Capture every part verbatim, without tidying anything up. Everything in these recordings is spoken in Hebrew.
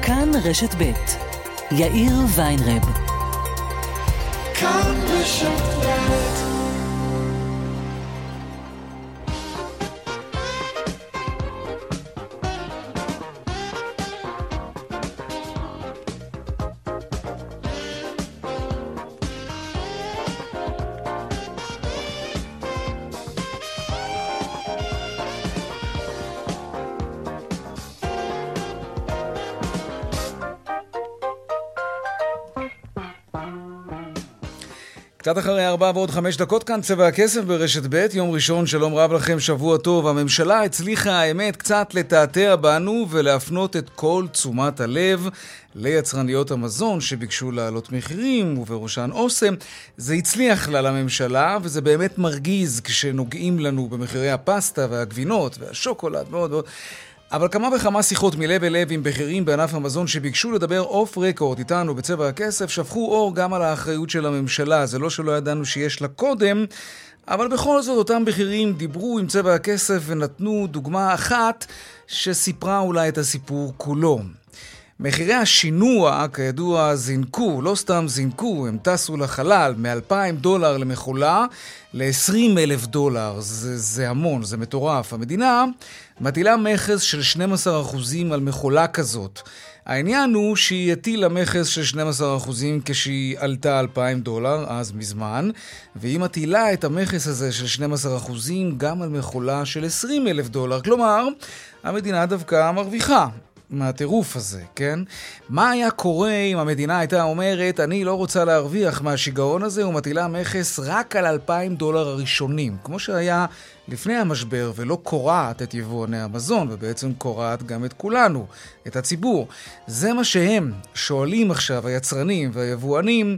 כאן רשת ב' יאיר ויינרב. כאן רשת ב'. קצת אחרי ארבע ועוד חמש דקות כאן צבע הכסף ברשת ב', יום ראשון, שלום רב לכם, שבוע טוב. הממשלה הצליחה האמת קצת לתעתע בנו ולהפנות את כל תשומת הלב ליצרניות המזון שביקשו לעלות מחירים ובראשן אוסם. זה הצליח לה לממשלה וזה באמת מרגיז כשנוגעים לנו במחירי הפסטה והגבינות והשוקולד ועוד ועוד. אבל כמה וכמה שיחות מלב אל לב עם בכירים בענף המזון שביקשו לדבר אוף רקורד איתנו בצבע הכסף, שפכו אור גם על האחריות של הממשלה. זה לא שלא ידענו שיש לה קודם, אבל בכל זאת אותם בכירים דיברו עם צבע הכסף ונתנו דוגמה אחת שסיפרה אולי את הסיפור כולו. מחירי השינוע כידוע זינקו, לא סתם זינקו, הם טסו לחלל מ-אלפיים דולר למכולה ל-עשרים אלף דולר. זה, זה המון, זה מטורף. המדינה מטילה מכס של שנים עשר אחוזים על מכולה כזאת. העניין הוא שהיא הטילה מכס של שנים עשר אחוזים כשהיא עלתה אלפיים דולר, אז מזמן, והיא מטילה את המכס הזה של שנים עשר אחוזים גם על מכולה של עשרים אלף דולר. כלומר, המדינה דווקא מרוויחה מהטירוף הזה, כן? מה היה קורה אם המדינה הייתה אומרת, אני לא רוצה להרוויח מהשיגעון הזה, ומטילה מכס רק על אלפיים דולר הראשונים, כמו שהיה לפני המשבר, ולא קורעת את יבואני המזון, ובעצם קורעת גם את כולנו, את הציבור. זה מה שהם שואלים עכשיו, היצרנים והיבואנים.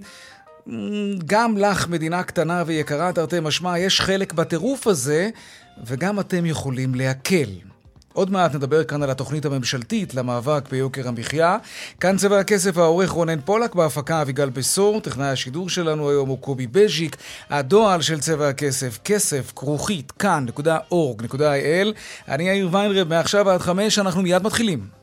גם לך, מדינה קטנה ויקרה תרתי משמע, יש חלק בטירוף הזה, וגם אתם יכולים להקל. עוד מעט נדבר כאן על התוכנית הממשלתית למאבק ביוקר המחיה. כאן צבע הכסף, העורך רונן פולק, בהפקה אביגל בסור, טכנאי השידור שלנו היום הוא קובי בז'יק. הדואל של צבע הכסף, כסף כרוכית כאן נקודה אורג נקודה איי אל. אני יאיר ויינרב, מעכשיו עד חמש, אנחנו מיד מתחילים.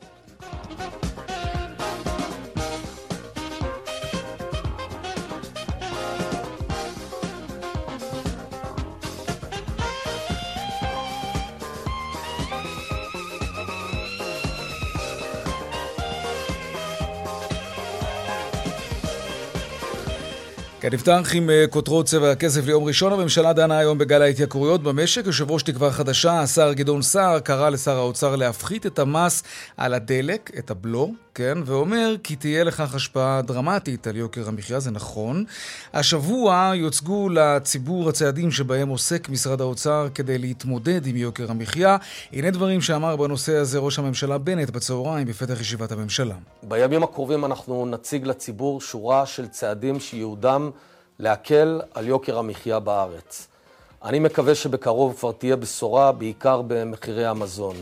נפתח עם כותרות צבע הכסף ליום ראשון. הממשלה דנה היום בגל ההתייקרויות במשק. יושב ראש תקווה חדשה, השר גדעון סער, קרא לשר האוצר להפחית את המס על הדלק, את הבלו, כן, ואומר כי תהיה לכך השפעה דרמטית על יוקר המחיה. זה נכון. השבוע יוצגו לציבור הצעדים שבהם עוסק משרד האוצר כדי להתמודד עם יוקר המחיה. הנה דברים שאמר בנושא הזה ראש הממשלה בנט בצהריים בפתח ישיבת הממשלה. בימים הקרובים אנחנו נציג לציבור שורה של צעדים שיעודם להקל על יוקר המחיה בארץ. אני מקווה שבקרוב כבר תהיה בשורה, בעיקר במחירי המזון.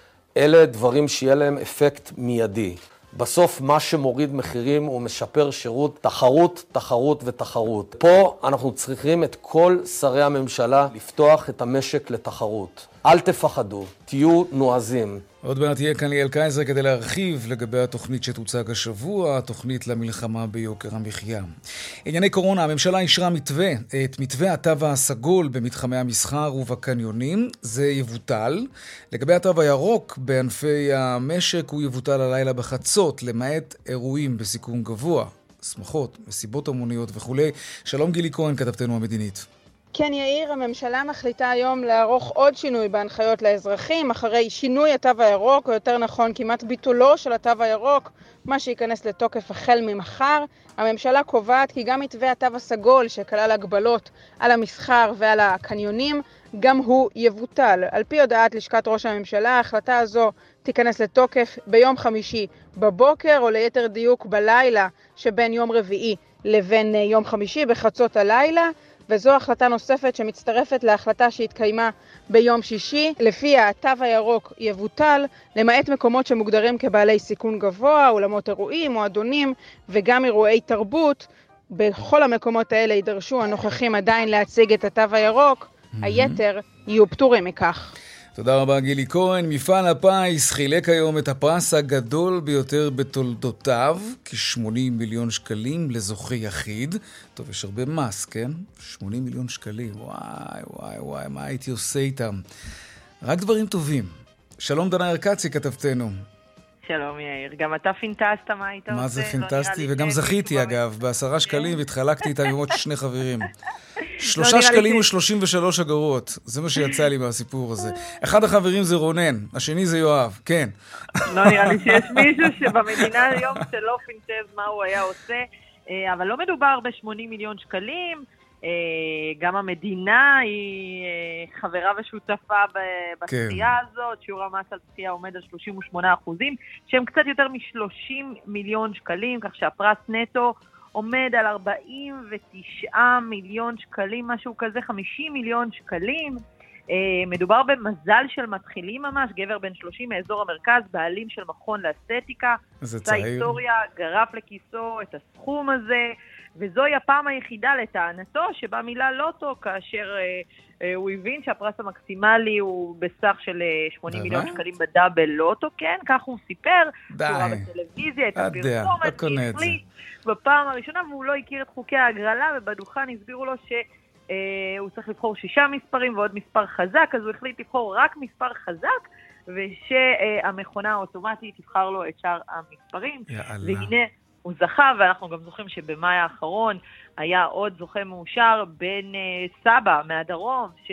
אלה דברים שיהיה להם אפקט מיידי. בסוף מה שמוריד מחירים הוא משפר שירות, תחרות, תחרות ותחרות. פה אנחנו צריכים את כל שרי הממשלה לפתוח את המשק לתחרות. אל תפחדו, תהיו נועזים. עוד מעט תהיה כאן ליאל קייזר כדי להרחיב לגבי התוכנית שתוצג השבוע, התוכנית למלחמה ביוקר המחיה. ענייני קורונה, הממשלה אישרה מתווה, את מתווה התו הסגול במתחמי המסחר ובקניונים. זה יבוטל. לגבי התו הירוק בענפי המשק הוא יבוטל הלילה בחצות, למעט אירועים בסיכון גבוה, שמחות, מסיבות המוניות וכו'. שלום גילי כהן, כתבתנו המדינית. כן יאיר, הממשלה מחליטה היום לערוך עוד שינוי בהנחיות לאזרחים, אחרי שינוי התו הירוק, או יותר נכון כמעט ביטולו של התו הירוק, מה שייכנס לתוקף החל ממחר. הממשלה קובעת כי גם מתווה התו הסגול שכלל הגבלות על המסחר ועל הקניונים, גם הוא יבוטל. על פי הודעת לשכת ראש הממשלה, ההחלטה הזו תיכנס לתוקף ביום חמישי בבוקר, או ליתר דיוק בלילה שבין יום רביעי לבין יום חמישי בחצות הלילה. וזו החלטה נוספת שמצטרפת להחלטה שהתקיימה ביום שישי, לפיה התו הירוק יבוטל, למעט מקומות שמוגדרים כבעלי סיכון גבוה, אולמות אירועים, מועדונים וגם אירועי תרבות. בכל המקומות האלה יידרשו הנוכחים עדיין להציג את התו הירוק, mm-hmm. היתר יהיו פטורים מכך. תודה רבה גילי כהן. מפעל הפיס חילק היום את הפרס הגדול ביותר בתולדותיו, כ-שמונים מיליון שקלים לזוכה יחיד. טוב, יש הרבה מס, כן? שמונים מיליון שקלים, וואי וואי וואי, מה הייתי עושה איתם? רק דברים טובים. שלום דנה ארקצי, כתבתנו. שלום יאיר, גם אתה פינטסת מה היית עושה? מה זה פינטסטי? וגם זכיתי אגב, בעשרה שקלים, והתחלקתי איתם עם עוד שני חברים. שלושה שקלים ושלושים ושלוש אגורות, זה מה שיצא לי מהסיפור הזה. אחד החברים זה רונן, השני זה יואב, כן. לא נראה לי שיש מישהו שבמדינה היום שלא פינטז מה הוא היה עושה, אבל לא מדובר ב-שמונים מיליון שקלים, גם המדינה היא חברה ושותפה בזכייה הזאת, שיעור המס על זכייה עומד על שלושים ושמונה אחוזים, שהם קצת יותר מ-שלושים מיליון שקלים, כך שהפרס נטו עומד על ארבעים ותשעה מיליון שקלים, משהו כזה, חמישים מיליון שקלים. מדובר במזל של מתחילים ממש, גבר בן שלושים מאזור המרכז, בעלים של מכון לאסתטיקה, עשה היסטוריה, גרף לכיסו את הסכום הזה, וזוהי הפעם היחידה לטענתו שבה מילה לוטו, כאשר אה, אה, הוא הבין שהפרס המקסימלי הוא בסך של אה, שמונים מיליון שקלים בדאבל לוטו, כן, כך הוא סיפר, די. הוא ראה בטלוויזיה את הפרסומת, והחליט בפעם הראשונה, והוא לא הכיר את חוקי ההגרלה, ובדוכן הסבירו לו שהוא צריך לבחור שישה מספרים ועוד מספר חזק, אז הוא החליט לבחור רק מספר חזק, ושהמכונה האוטומטית תבחר לו את שאר המספרים, והנה הוא זכה, ואנחנו גם זוכרים שבמאי האחרון היה עוד זוכה מאושר בן uh, סבא מהדרום, ש,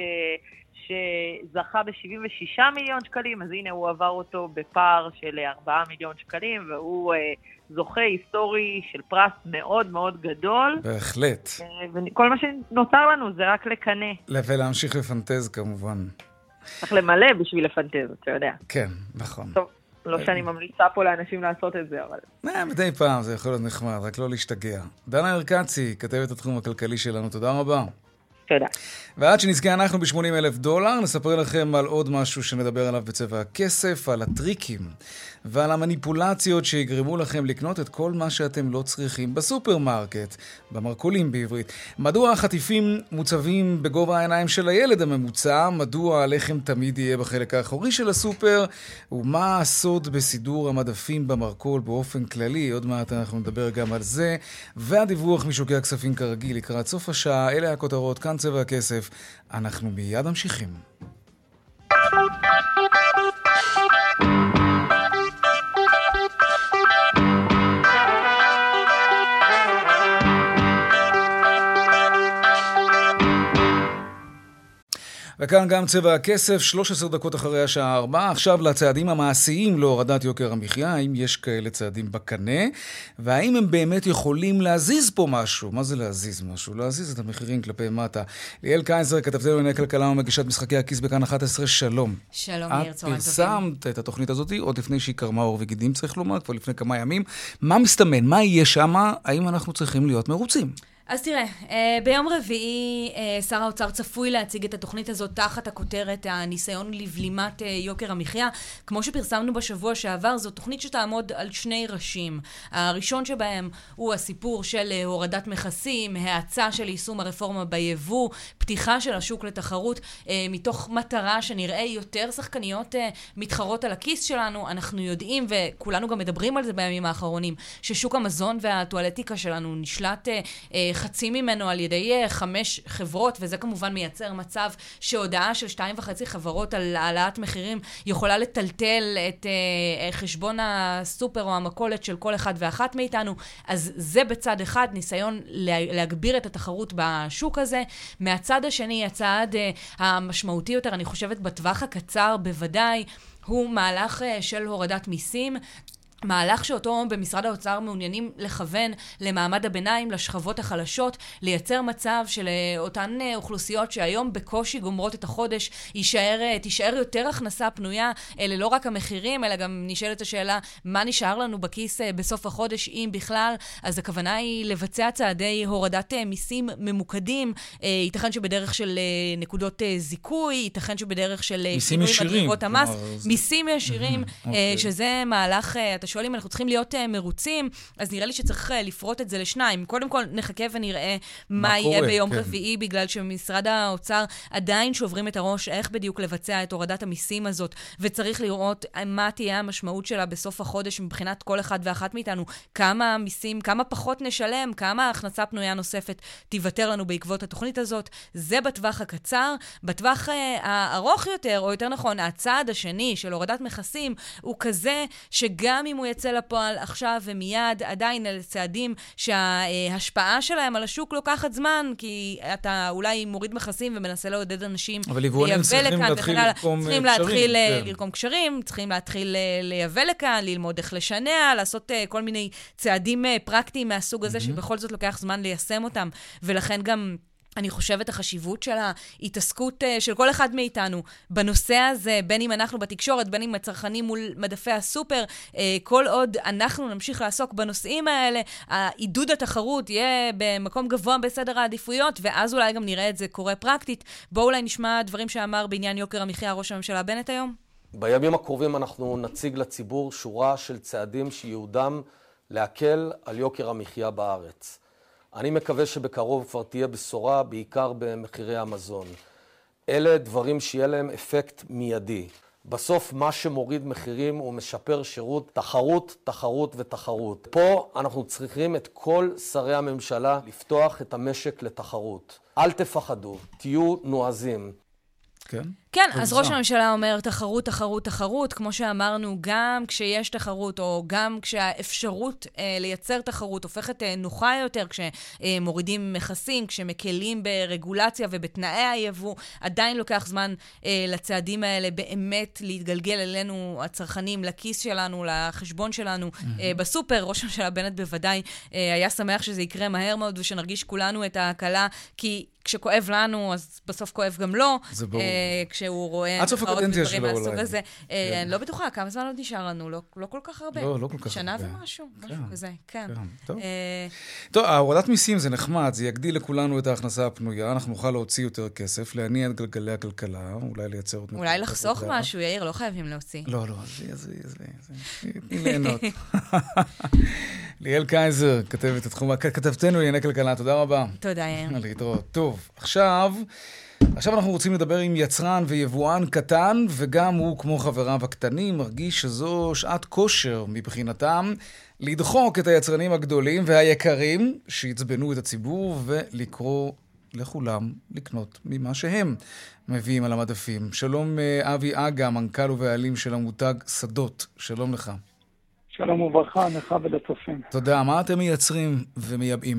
שזכה ב-שבעים ושישה מיליון שקלים, אז הנה הוא עבר אותו בפער של ארבעה מיליון שקלים, והוא uh, זוכה היסטורי של פרס מאוד מאוד גדול. בהחלט. Uh, וכל מה שנותר לנו זה רק לקנה. ולהמשיך לפנטז כמובן. צריך למלא בשביל לפנטז, אתה יודע. כן, נכון. טוב. לא שאני ממליצה פה לאנשים לעשות את זה, אבל... מה, מדי פעם זה יכול להיות נחמד, רק לא להשתגע. דנה ארקצי, כתבת התחום הכלכלי שלנו, תודה רבה. תודה. ועד שנזכה אנחנו ב-שמונים אלף דולר, נספר לכם על עוד משהו שנדבר עליו בצבע הכסף, על הטריקים ועל המניפולציות שיגרמו לכם לקנות את כל מה שאתם לא צריכים בסופרמרקט, במרכולים בעברית. מדוע החטיפים מוצבים בגובה העיניים של הילד הממוצע? מדוע הלחם תמיד יהיה בחלק האחורי של הסופר? ומה הסוד בסידור המדפים במרכול באופן כללי? עוד מעט אנחנו נדבר גם על זה. והדיווח משוקי הכספים כרגיל לקראת סוף השעה. אלה הכותרות, כאן צבע הכסף. אנחנו מיד ממשיכים. וכאן גם צבע הכסף, שלוש עשרה דקות אחרי השעה ארבע. עכשיו לצעדים המעשיים להורדת יוקר המחיה, האם יש כאלה צעדים בקנה, והאם הם באמת יכולים להזיז פה משהו? מה זה להזיז משהו? להזיז את המחירים כלפי מטה. ליאל קייזר, כתבתנו לענייני כלכלה ומגישת משחקי הכיס בכאן אחת עשרה, שלום. שלום, ניר, צהריים טובים. את פרסמת את התוכנית הזאת, עוד לפני שהיא קרמה עור וגידים, צריך לומר, כבר לפני כמה ימים. מה מסתמן? מה יהיה שם? האם אנחנו צריכים להיות מרוצים? אז תראה, ביום רביעי שר האוצר צפוי להציג את התוכנית הזאת תחת הכותרת הניסיון לבלימת יוקר המחיה. כמו שפרסמנו בשבוע שעבר, זו תוכנית שתעמוד על שני ראשים. הראשון שבהם הוא הסיפור של הורדת מכסים, האצה של יישום הרפורמה ביבוא, פתיחה של השוק לתחרות, מתוך מטרה שנראה יותר שחקניות מתחרות על הכיס שלנו. אנחנו יודעים, וכולנו גם מדברים על זה בימים האחרונים, ששוק המזון והטואלטיקה שלנו נשלט חצי ממנו על ידי חמש חברות, וזה כמובן מייצר מצב שהודעה של שתיים וחצי חברות על העלאת מחירים יכולה לטלטל את uh, חשבון הסופר או המכולת של כל אחד ואחת מאיתנו. אז זה בצד אחד, ניסיון להגביר את התחרות בשוק הזה. מהצד השני, הצעד uh, המשמעותי יותר, אני חושבת בטווח הקצר בוודאי, הוא מהלך uh, של הורדת מיסים, מהלך שאותו במשרד האוצר מעוניינים לכוון למעמד הביניים, לשכבות החלשות, לייצר מצב של אותן אוכלוסיות שהיום בקושי גומרות את החודש, יישאר, תישאר יותר הכנסה פנויה, אלה לא רק המחירים, אלא גם נשאלת השאלה מה נשאר לנו בכיס בסוף החודש, אם בכלל. אז הכוונה היא לבצע צעדי הורדת מיסים ממוקדים, ייתכן שבדרך של נקודות זיכוי, ייתכן שבדרך של מיסים ישירים. מדרגות המס, מיסים ישירים, שזה מהלך, אתה שואלים, אנחנו צריכים להיות מרוצים, אז נראה לי שצריך לפרוט את זה לשניים. קודם כל, נחכה ונראה מה יהיה ביום רביעי, בגלל שמשרד האוצר עדיין שוברים את הראש איך בדיוק לבצע את הורדת המיסים הזאת, וצריך לראות מה תהיה המשמעות שלה בסוף החודש מבחינת כל אחד ואחת מאיתנו, כמה מיסים, כמה פחות נשלם, כמה הכנסה פנויה נוספת תיוותר לנו בעקבות התוכנית הזאת. זה בטווח הקצר. בטווח הארוך יותר, או יותר נכון, הצעד השני של הורדת מכסים, הוא כזה שגם אם הוא יצא לפועל עכשיו ומיד, עדיין אלה צעדים שההשפעה שלהם על השוק לוקחת זמן, כי אתה אולי מוריד מכסים ומנסה לעודד אנשים לייבא לכאן, צריכים להתחיל לרקום קשרים, צריכים להתחיל לייבא לכאן, ללמוד איך לשנע, לעשות כל מיני צעדים פרקטיים מהסוג הזה, שבכל זאת לוקח זמן ליישם אותם, ולכן גם אני חושבת החשיבות של ההתעסקות של כל אחד מאיתנו בנושא הזה, בין אם אנחנו בתקשורת, בין אם הצרכנים מול מדפי הסופר, כל עוד אנחנו נמשיך לעסוק בנושאים האלה, העידוד התחרות יהיה במקום גבוה בסדר העדיפויות, ואז אולי גם נראה את זה קורה פרקטית. בואו אולי נשמע דברים שאמר בעניין יוקר המחיה ראש הממשלה בנט היום. בימים הקרובים אנחנו נציג לציבור שורה של צעדים שיעודם להקל על יוקר המחיה בארץ. אני מקווה שבקרוב כבר תהיה בשורה, בעיקר במחירי המזון. אלה דברים שיהיה להם אפקט מיידי. בסוף מה שמוריד מחירים הוא משפר שירות, תחרות, תחרות ותחרות. פה אנחנו צריכים את כל שרי הממשלה לפתוח את המשק לתחרות. אל תפחדו, תהיו נועזים. כן. כן, אז ראש הממשלה אומר תחרות, תחרות, תחרות, כמו שאמרנו, גם כשיש תחרות, או גם כשהאפשרות אה, לייצר תחרות הופכת אה, נוחה יותר, כשמורידים מכסים, כשמקלים ברגולציה ובתנאי היבוא, עדיין לוקח זמן אה, לצעדים האלה באמת להתגלגל אלינו, הצרכנים, לכיס שלנו, לחשבון שלנו mm-hmm. אה, בסופר. ראש הממשלה בנט בוודאי אה, היה שמח שזה יקרה מהר מאוד, ושנרגיש כולנו את ההקלה, כי כשכואב לנו, אז בסוף כואב גם לו. זה ברור. אה, כשהוא רואה... עד סוף הקדנציה שלו אולי. אני לא בטוחה, כמה זמן עוד נשאר לנו? לא כל כך הרבה. לא, לא כל כך הרבה. שנה ומשהו, משהו כזה, כן. טוב, ההורדת מיסים זה נחמד, זה יגדיל לכולנו את ההכנסה הפנויה, אנחנו נוכל להוציא יותר כסף, להניע את גלגלי הכלכלה, אולי לייצר עוד... אולי לחסוך משהו, יאיר, לא חייבים להוציא. לא, לא, זה, זה, זה, זה, תני ליהנות. ליאל קייזר, כתבת התחום, כתבתנו לענייני כלכלה, תודה רבה. תודה, יאיר. להתראות. טוב, עכשיו... עכשיו אנחנו רוצים לדבר עם יצרן ויבואן קטן, וגם הוא, כמו חבריו הקטנים, מרגיש שזו שעת כושר מבחינתם לדחוק את היצרנים הגדולים והיקרים שיצבנו את הציבור ולקרוא לכולם לקנות ממה שהם מביאים על המדפים. שלום אבי אגה, מנכ"ל ובעלים של המותג שדות. שלום לך. שלום וברכה, לך ולצופים. תודה. מה אתם מייצרים ומייבאים?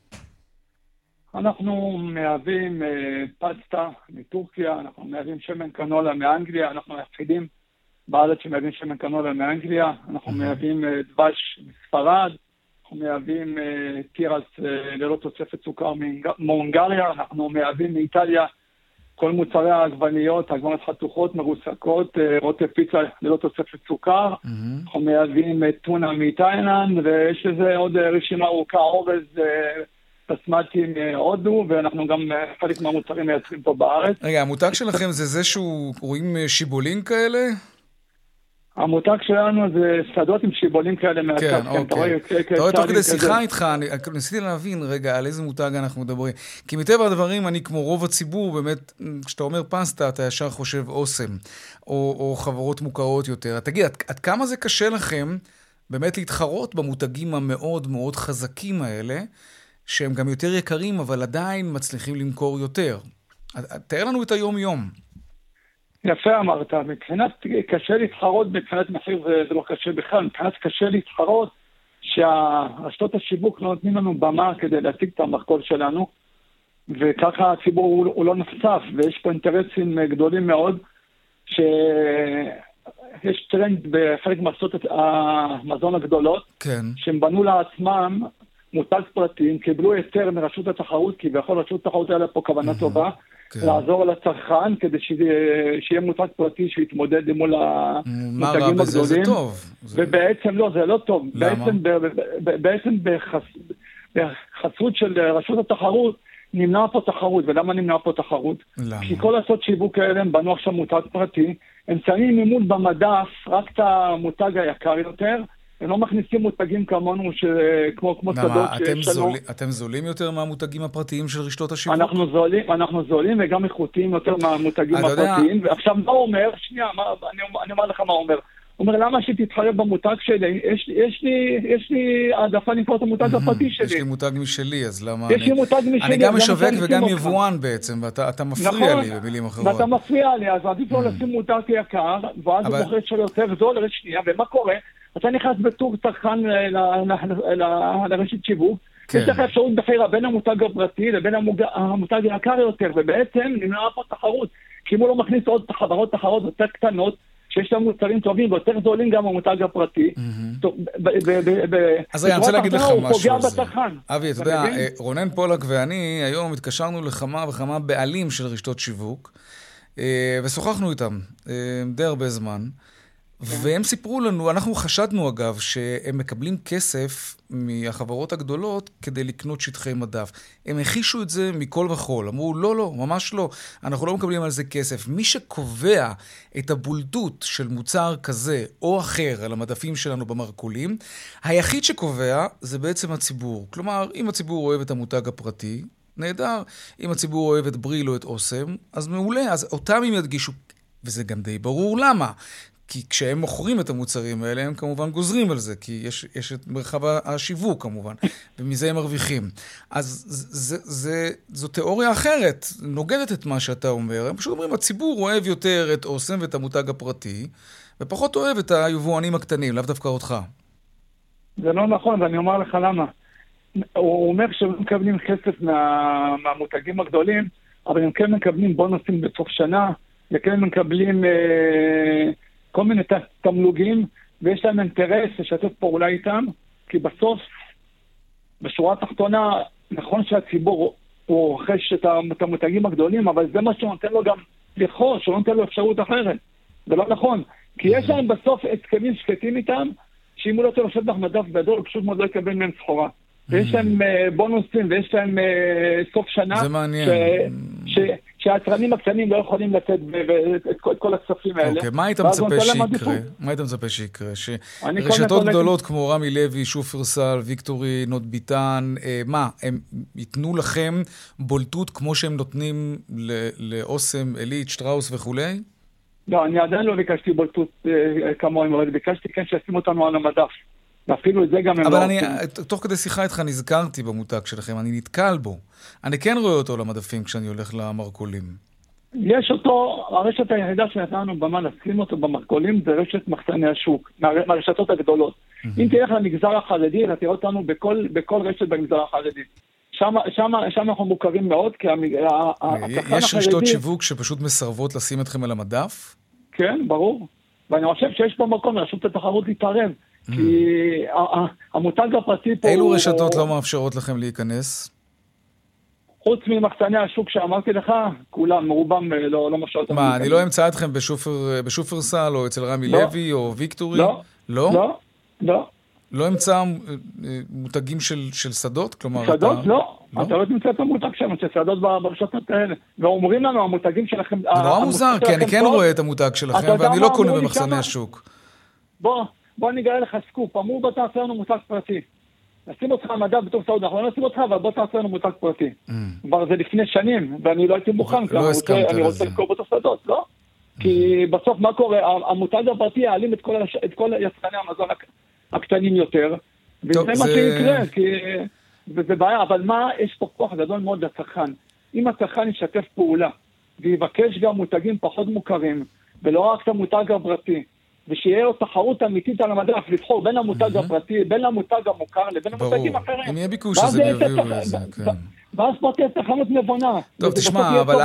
אנחנו מייבאים uh, פסטה מטורקיה, אנחנו מייבאים שמן קנולה מאנגליה, אנחנו היחידים בארץ שמייבאים שמן קנולה מאנגליה, אנחנו מייבאים uh, דבש מספרד, אנחנו מייבאים uh, תירס uh, ללא תוספת סוכר מהונגריה, אנחנו מייבאים מאיטליה כל מוצרי העגבניות, העגבניות חתוכות, מרוסקות, uh, רוטב פיצה ללא תוספת סוכר, אנחנו מייבאים uh, טונה מתאילנד, ויש איזה עוד uh, רשימה ארוכה, אורז, uh, פסמטים הודו, ואנחנו גם חלק מהמוצרים מייצרים פה בארץ. רגע, המותג שלכם זה זה שהוא רואים שיבולים כאלה? המותג שלנו זה שדות עם שיבולים כאלה מהצד. כן, אוקיי. אתה רואה, תוך כדי שיחה איתך, אני ניסיתי להבין רגע על איזה מותג אנחנו מדברים. כי מטבע הדברים, אני כמו רוב הציבור, באמת, כשאתה אומר פסטה, אתה ישר חושב אוסם, או חברות מוכרות יותר. תגיד, עד כמה זה קשה לכם באמת להתחרות במותגים המאוד מאוד חזקים האלה, שהם גם יותר יקרים, אבל עדיין מצליחים למכור יותר. תאר לנו את היום-יום. יפה אמרת, מבחינת קשה להתחרות, מבחינת מחיר זה, זה לא קשה בכלל, מבחינת קשה להתחרות, שהרשתות השיווק לא נותנים לנו במה כדי להציג את המרכול שלנו, וככה הציבור הוא, הוא לא נחשף, ויש פה אינטרסים גדולים מאוד, שיש טרנד בחלק מהרשתות המזון הגדולות, כן. שהם בנו לעצמם, מותג פרטים, קיבלו היתר מרשות התחרות, כי בכל רשות התחרות היה פה כוונה טובה, לעזור לצרכן, כדי שיהיה מותג פרטי שיתמודד מול המותגים הגדולים. זה טוב. ובעצם לא, זה לא טוב. למה? בעצם בחסות של רשות התחרות, נמנע פה תחרות. ולמה נמנע פה תחרות? למה? כי כל לעשות שיווק כאלה, הם בנו עכשיו מותג פרטי, הם שמים ממול במדף רק את המותג היקר יותר, הם לא מכניסים מותגים כמונו, כמו שדות שיש לנו. אתם זולים יותר מהמותגים הפרטיים של רשתות השיווק? אנחנו זולים, אנחנו זולים וגם איכותיים יותר מהמותגים הפרטיים. ועכשיו מה הוא אומר? שנייה, אני אומר לך מה הוא אומר. הוא אומר, למה שתתחרב במותג שלי? יש, יש לי, יש לי העדפה לקרוא את המותג הפרטי שלי. יש לי מותג משלי, אז למה... יש לי מותג משלי. אני גם משווק וגם יבואן בעצם, ואתה מפריע לי במילים אחרות. ואתה מפריע לי, אז עדיף לא לשים מותג יקר, ואז הוא בוחר שלו יותר זול, לרשת שנייה, ומה קורה? אתה נכנס בטור צרכן לרשת שיווק, יש לך אפשרות בחירה בין המותג הפרטי לבין המותג היקר יותר, ובעצם נמנעה פה תחרות, כי אם הוא לא מכניס עוד חברות תחרות יותר קטנות, שיש לנו מוצרים טובים ויותר זולים גם במותג הפרטי. אז אני רוצה להגיד לך משהו על זה. אבי, אתה יודע, רונן פולק ואני היום התקשרנו לכמה וכמה בעלים של רשתות שיווק, ושוחחנו איתם די הרבה זמן, והם סיפרו לנו, אנחנו חשדנו אגב, שהם מקבלים כסף מהחברות הגדולות כדי לקנות שטחי מדף. הם הכישו את זה מכל וכל. אמרו, לא, לא, ממש לא. אנחנו לא מקבלים על זה כסף. מי שקובע את הבולטות של מוצר כזה או אחר על המדפים שלנו במרכולים, היחיד שקובע זה בעצם הציבור. כלומר, אם הציבור אוהב את המותג הפרטי, נהדר. אם הציבור אוהב את בריל או את אוסם, אז מעולה. אז אותם הם ידגישו, וזה גם די ברור למה. כי כשהם מוכרים את המוצרים האלה, הם כמובן גוזרים על זה, כי יש, יש את מרחב השיווק כמובן, ומזה הם מרוויחים. אז זה, זה, זו תיאוריה אחרת, נוגדת את מה שאתה אומר. הם פשוט אומרים, הציבור אוהב יותר את אוסם ואת המותג הפרטי, ופחות אוהב את היבואנים הקטנים, לאו דווקא אותך. זה לא נכון, ואני אומר לך למה. הוא אומר שהם מקבלים כסף מה, מהמותגים הגדולים, אבל הם כן מקבלים בונוסים בסוף שנה, וכן מקבלים... אה, כל מיני תמלוגים, ויש להם אינטרס לשתף פעולה איתם, כי בסוף, בשורה התחתונה, נכון שהציבור הוא רוכש את המותגים הגדולים, אבל זה מה שנותן לו גם לרכוש, שהוא נותן לו אפשרות אחרת. זה לא נכון, כי יש להם בסוף הסכמים שקטים איתם, שאם הוא לא תלושת במדף גדול, פשוט מאוד לא יקבל מהם סחורה. ויש להם בונוסים, ויש להם סוף שנה, זה מעניין. שהיצרנים הקטנים לא יכולים לתת את כל הכספים האלה. אוקיי, מה היית מצפה שיקרה? מה היית מצפה שיקרה? שרשתות גדולות כמו רמי לוי, שופרסל, ויקטורי, נוט ביטן, מה, הם ייתנו לכם בולטות כמו שהם נותנים לאוסם, אלית, שטראוס וכולי? לא, אני עדיין לא ביקשתי בולטות כמוהם, אבל ביקשתי כן שישים אותנו על המדף. ואפילו את זה גם הם אבל לא אני, תוך כדי שיחה איתך נזכרתי במותג שלכם, אני נתקל בו. אני כן רואה אותו למדפים כשאני הולך למרכולים. יש אותו, הרשת היחידה שנתנו במה לשים אותו במרכולים, זה רשת מחסני השוק, מהרשתות הגדולות. אם תלך למגזר החרדי, אתה תראה אותנו בכל, בכל רשת במגזר החרדי. שם, שם, שם אנחנו מוכרים מאוד, כי יש רשתות שיווק שפשוט מסרבות לשים אתכם על המדף? כן, ברור. ואני חושב שיש פה מקום לרשות התחרות להתערב. כי המותג הפרטי פה... אילו רשתות לא מאפשרות לכם להיכנס? חוץ ממחסני השוק שאמרתי לך, כולם, רובם לא מאפשרות. מה, אני לא אמצא אתכם בשופרסל או אצל רמי לוי או ויקטורי? לא. לא? לא, לא. לא אמצא מותגים של שדות? שדות? לא. אתה לא תמצא את המותג שם, ששדות ברשתות האלה. ואומרים לנו, המותגים שלכם... זה נורא מוזר, כי אני כן רואה את המותג שלכם, ואני לא קונה במחסני השוק. בוא. בוא נגלה לך סקופ, אמרו בוא תעשה לנו מותג פרטי. נשים אותך המדע בתור סעוד, אנחנו לא נשים אותך, אבל בוא תעשה לנו מותג פרטי. כבר זה לפני שנים, ואני לא הייתי מוכן, אני רוצה לקרוא בתור סעדות, לא? כי בסוף מה קורה? המותג הפרטי יעלים את כל יצרני המזון הקטנים יותר, וזה מה שיקרה, כי זה בעיה, אבל מה, יש פה כוח גדול מאוד לצרכן. אם הצרכן ישתף פעולה, ויבקש גם מותגים פחות מוכרים, ולא רק את המותג הפרטי, ושיהיה לו תחרות אמיתית על המדף, לבחור בין המותג הפרטי, בין המותג המוכר, לבין המותגים אחרים. ברור, אם יהיה ביקוש אז הם יביאו לזה, כן. ואז פה תהיה תחרות נבונה. טוב, תשמע, אבל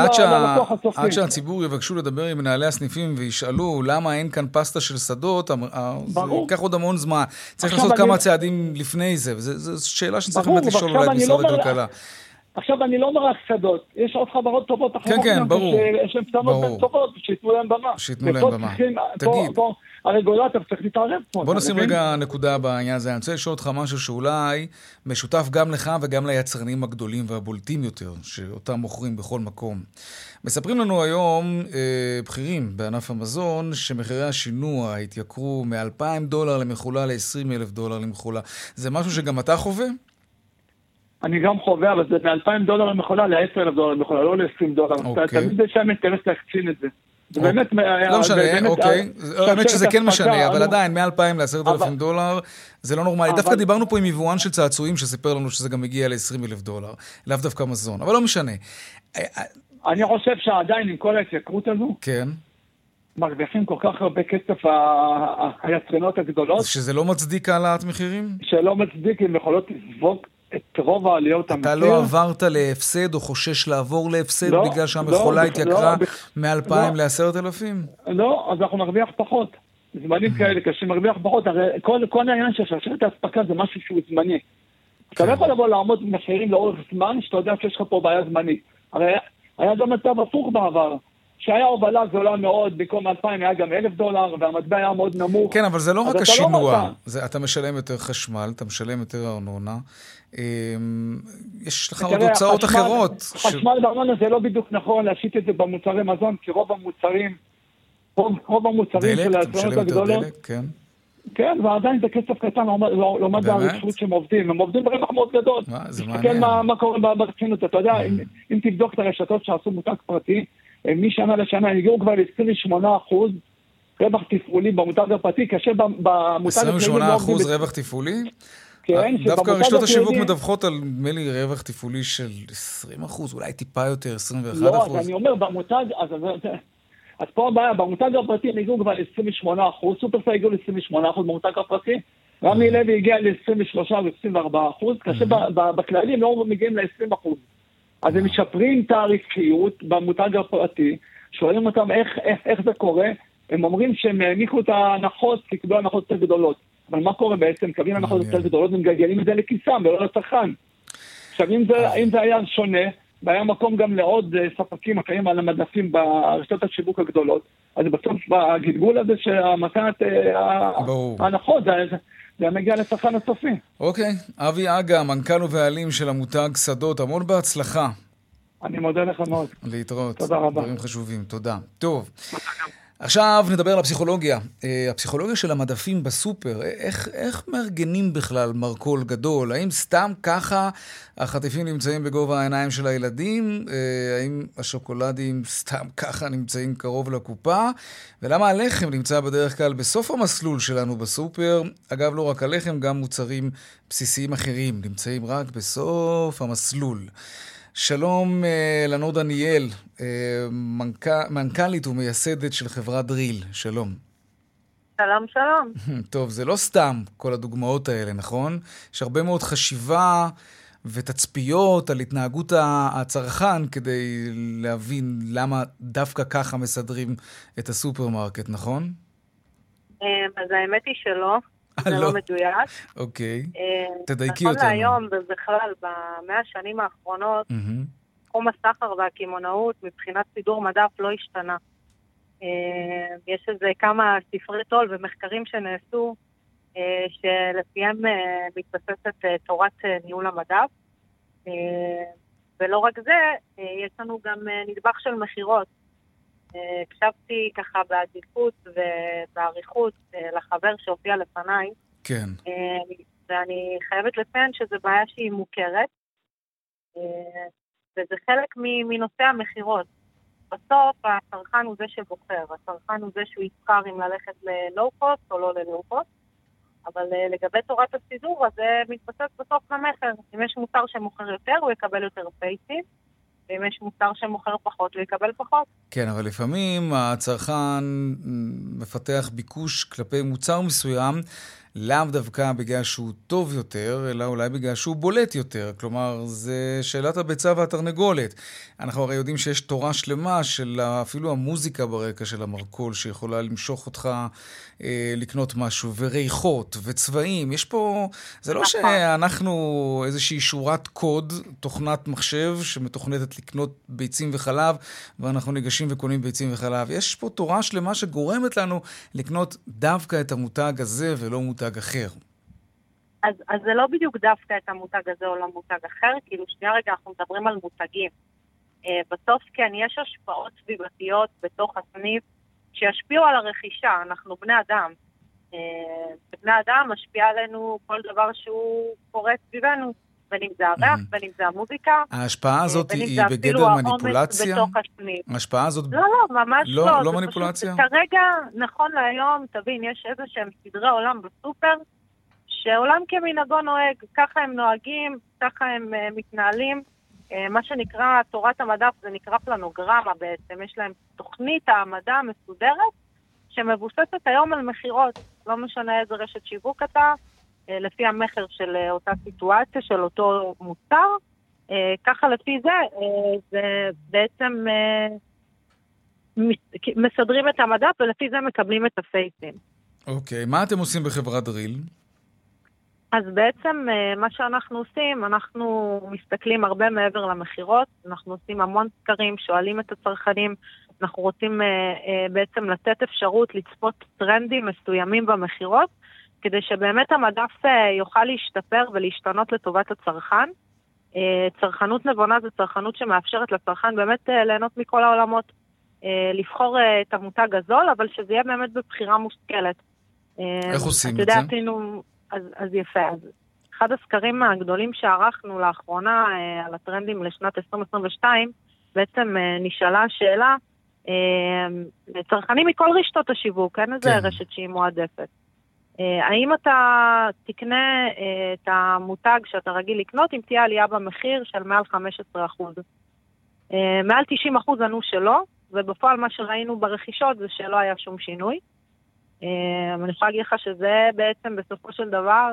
עד שהציבור יבקשו לדבר עם מנהלי הסניפים וישאלו למה אין כאן פסטה של שדות, זה ייקח עוד המון זמן. צריך לעשות כמה צעדים לפני זה, וזו שאלה שצריך באמת לשאול אולי את משרד הכלכלה. עכשיו אני לא אומר רק שדות, יש עוד חברות טובות אחרות. כן, כן, ברור. שהן קטנות בין טובות, שיתנו להם במה. שיתנו להם במה. תגיד. פה הרגולטור צריך להתערב פה. בוא נשים רגע נקודה בעניין הזה. אני רוצה לשאול אותך משהו שאולי משותף גם לך וגם ליצרנים הגדולים והבולטים יותר, שאותם מוכרים בכל מקום. מספרים לנו היום אה, בכירים בענף המזון, שמחירי השינוע התייקרו מ-אלפיים דולר למחולה ל-עשרים אלף דולר למחולה. זה משהו שגם אתה חווה? אני גם חווה, אבל זה מ-אלפיים דולר למחולה ל-עשרת אלפים דולר למחולה, לא ל-עשרים דולר. תמיד זה שם אינטרס להקצין את זה. זה באמת... לא משנה, אוקיי. האמת שזה כן משנה, אבל עדיין, מ-אלפיים ל-עשרת אלפים דולר, זה לא נורמלי. דווקא דיברנו פה עם יבואן של צעצועים, שסיפר לנו שזה גם מגיע ל-עשרים אלף דולר. לאו דווקא מזון, אבל לא משנה. אני חושב שעדיין עם כל ההתייקרות הזו, כן. מרוויחים כל כך הרבה כסף היצרנות הגדולות. שזה לא מצדיק העלאת מחירים? שלא מצדיק, הם יכולות לסבוק את רוב העליות המחיר. אתה לא עברת להפסד או חושש לעבור להפסד בגלל שהמכולה התייקרה מ-אלפיים ל-עשרת אלפים? לא, אז אנחנו מרוויח פחות. זמנים כאלה קשים, מרוויח פחות. הרי כל העניין של שרשרת האספקה זה משהו שהוא זמני. אתה לא יכול לבוא לעמוד במחירים לאורך זמן, שאתה יודע שיש לך פה בעיה זמנית. הרי היה גם מצב הפוך בעבר. שהיה הובלה גדולה מאוד, במקום אלפיים היה גם אלף דולר, והמטבע היה מאוד נמוך. כן, אבל זה לא רק השינוע. אתה משלם יותר חשמל, אתה משלם יותר ארנונה. יש לך עוד הוצאות אחרות. חשמל וארנונה זה לא בדיוק נכון להשית את זה במוצרי מזון, כי רוב המוצרים, רוב המוצרים של היצרנות הגדולות, כן. כן, ועדיין זה כסף קטן, לא עומד בהרצאות שהם עובדים. הם עובדים ברווח מאוד גדול. זה מעניין. מה קורה ברצינות. אתה יודע, אם תבדוק את הרשתות שעשו מותג פרטי, משנה לשנה הגיעו כבר ל-עשרים ושמונה אחוז רווח תפעולי במותג הפרטי, כאשר במותג... עשרים ושמונה אחוז רווח תפעולי? כן, דווקא רשתות השיווק מדווחות על, נדמה לי, רווח תפעולי של עשרים אחוז, אולי טיפה יותר, עשרים ואחד אחוז. לא, אז אני אומר, במותג, אז פה הבעיה, במותג הפרטי הם הגיעו כבר ל-עשרים ושמונה אחוז, סופרפארם הגיעו ל-עשרים ושמונה אחוז במותג הפרטי, רמי לוי הגיע ל-עשרים ושלושה ו-עשרים וארבעה אחוז, כאשר בכללי הם לא מגיעים ל-עשרים אחוז. אז הם משפרים את הרווחיות במותג הפרטי, שואלים אותם איך, איך, איך זה קורה, הם אומרים שהם העניקו את ההנחות, כי קיבלו הנחות יותר גדולות. אבל מה קורה בעצם? קבלים הנחות יותר גדולות, הם גלגלים את זה לכיסם, ולא לצרכן. עכשיו, אם זה, אם זה היה שונה, והיה מקום גם לעוד ספקים אחרים על המדפים ברשתות השיווק הגדולות, אז בסוף הגלגול הזה שהמתנת ההנחות, זה... זה מגיע לצרכן הסופי. אוקיי. אבי אגה, מנכ"ל ובעלים של המותג שדות, המון בהצלחה. אני מודה לך מאוד. להתראות. תודה רבה. דברים חשובים, תודה. טוב. עכשיו נדבר על הפסיכולוגיה. הפסיכולוגיה של המדפים בסופר. איך, איך מארגנים בכלל מרכול גדול? האם סתם ככה החטיפים נמצאים בגובה העיניים של הילדים? האם השוקולדים סתם ככה נמצאים קרוב לקופה? ולמה הלחם נמצא בדרך כלל בסוף המסלול שלנו בסופר? אגב, לא רק הלחם, גם מוצרים בסיסיים אחרים נמצאים רק בסוף המסלול. שלום לנור דניאל, מנכ"לית ומייסדת של חברת דריל. שלום. שלום, שלום. טוב, זה לא סתם כל הדוגמאות האלה, נכון? יש הרבה מאוד חשיבה ותצפיות על התנהגות הצרכן כדי להבין למה דווקא ככה מסדרים את הסופרמרקט, נכון? אז האמת היא שלא. זה לא מדויק. אוקיי. תדייקי אותנו. נכון להיום, ובכלל, במאה השנים האחרונות, תחום הסחר והקימונאות, מבחינת סידור מדף, לא השתנה. יש איזה כמה ספרי תול ומחקרים שנעשו, שלפיהם מתבססת תורת ניהול המדף. ולא רק זה, יש לנו גם נדבך של מחירות. הקשבתי ככה בעדיפות ובעריכות לחבר שהופיע לפניי. כן. ואני חייבת לציין שזו בעיה שהיא מוכרת, וזה חלק מנושא המחירות. בסוף הצרכן הוא זה שבוחר, הצרכן הוא זה שהוא יבחר אם ללכת ללואו-קוסט או לא ללואו-קוסט, אבל לגבי תורת הסידור, אז זה מתבסס בסוף למחר. אם יש מוצר שמוכר יותר, הוא יקבל יותר פייסים, ואם יש מוצר שמוכר פחות, הוא יקבל פחות. כן, אבל לפעמים הצרכן מפתח ביקוש כלפי מוצר מסוים, לאו דווקא בגלל שהוא טוב יותר, אלא אולי בגלל שהוא בולט יותר. כלומר, זה שאלת הביצה והתרנגולת. אנחנו הרי יודעים שיש תורה שלמה של אפילו המוזיקה ברקע של המרכול, שיכולה למשוך אותך אה, לקנות משהו, וריחות וצבעים. יש פה, זה לא שאנחנו איזושהי שורת קוד, תוכנת מחשב שמתוכנתת לקנות ביצים וחלב, ואנחנו ניגשים וקונים ביצים וחלב. יש פה תורה שלמה שגורמת לנו לקנות דווקא את המותג הזה ולא מותג אחר. אז, אז זה לא בדיוק דווקא את המותג הזה או לא מותג אחר, כאילו שנייה רגע אנחנו מדברים על מותגים. Uh, בסוף כן, יש השפעות סביבתיות בתוך הסניף שישפיעו על הרכישה, אנחנו בני אדם. Uh, בני אדם משפיע עלינו כל דבר שהוא קורה סביבנו, בין אם זה הריח, mm-hmm. בין אם זה המוזיקה. ההשפעה הזאת היא בגדר מניפולציה? ההשפעה הזאת... לא, לא, ממש לא. לא, לא מניפולציה? פשוט, כרגע, נכון להיום, תבין, יש איזה שהם סדרי עולם בסופר, שעולם כמנהגו נוהג, ככה הם נוהגים, ככה הם uh, מתנהלים. Uh, מה שנקרא תורת המדף, זה נקרא פלנוגרמה בעצם, יש להם תוכנית העמדה מסודרת, שמבוססת היום על מחירות, לא משנה איזה רשת שיווק אתה, uh, לפי המחיר של uh, אותה סיטואציה, של אותו מוצר, uh, ככה לפי זה, uh, זה בעצם uh, מסדרים את המדף, ולפי זה מקבלים את הפייסים. אוקיי, okay. מה אתם עושים בחברת דריל? אז בעצם מה שאנחנו עושים, אנחנו מסתכלים הרבה מעבר למחירות, אנחנו עושים המון סקרים, שואלים את הצרכנים, אנחנו רוצים בעצם לתת אפשרות לצפות טרנדים מסוימים במחירות, כדי שבאמת המדף יוכל להשתפר ולהשתנות לטובת הצרכן. צרכנות נבונה זה צרכנות שמאפשרת לצרכן באמת ליהנות מכל העולמות, לבחור את המותג הזול, אבל שזה יהיה באמת בבחירה מושכלת. איך עושים את זה? יודע, עשינו... אז, אז יפה, אז אחד הסקרים הגדולים שערכנו לאחרונה אה, על הטרנדים לשנת עשרים עשרים ושתיים, בעצם אה, נשאלה השאלה, אה, לצרכנים מכל רשתות השיווק, אין איזה כן. רשת שהיא מועדפת. אה, האם אתה תקנה אה, את המותג שאתה רגיל לקנות, אם תהיה עלייה במחיר של מעל חמישה עשר אחוז? אה, מעל תשעים אחוז ענו שלא, ובפועל מה שראינו ברכישות זה שלא היה שום שינוי. אני יכולה להגיד לך שזה בעצם בסופו של דבר,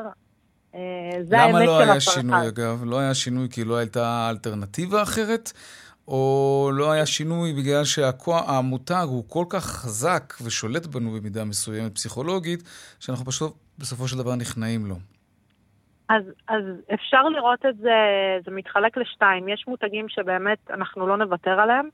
זה האמת של הצרכן. למה לא היה שינוי אגב? לא היה שינוי כי לא הייתה אלטרנטיבה אחרת? או לא היה שינוי בגלל שהמותג הוא כל כך חזק ושולט בנו במידה מסוימת פסיכולוגית, שאנחנו פשוט בסופו של דבר נכנעים לו? אז, אז אפשר לראות את זה, זה מתחלק לשתיים. יש מותגים שבאמת אנחנו לא נוותר עליהם,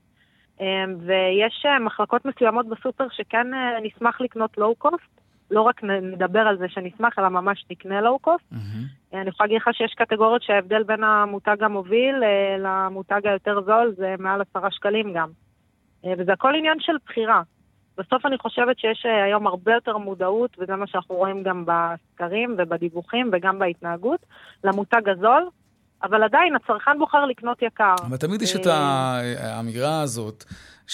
ויש מחלקות מסוימות בסופר שכן נשמח לקנות לואו-קוסט, לא רק נדבר על זה שנשמח, אלא ממש נקנה לואו-קוסט. Mm-hmm. אני יכולה להגיד לך שיש קטגוריות שההבדל בין המותג המוביל למותג היותר זול זה מעל עשרה שקלים גם. וזה הכל עניין של בחירה. בסוף אני חושבת שיש היום הרבה יותר מודעות, וזה מה שאנחנו רואים גם בסקרים ובדיווחים וגם בהתנהגות, למותג הזול, אבל עדיין הצרכן בוחר לקנות יקר. אבל תמיד יש את האמירה הזאת,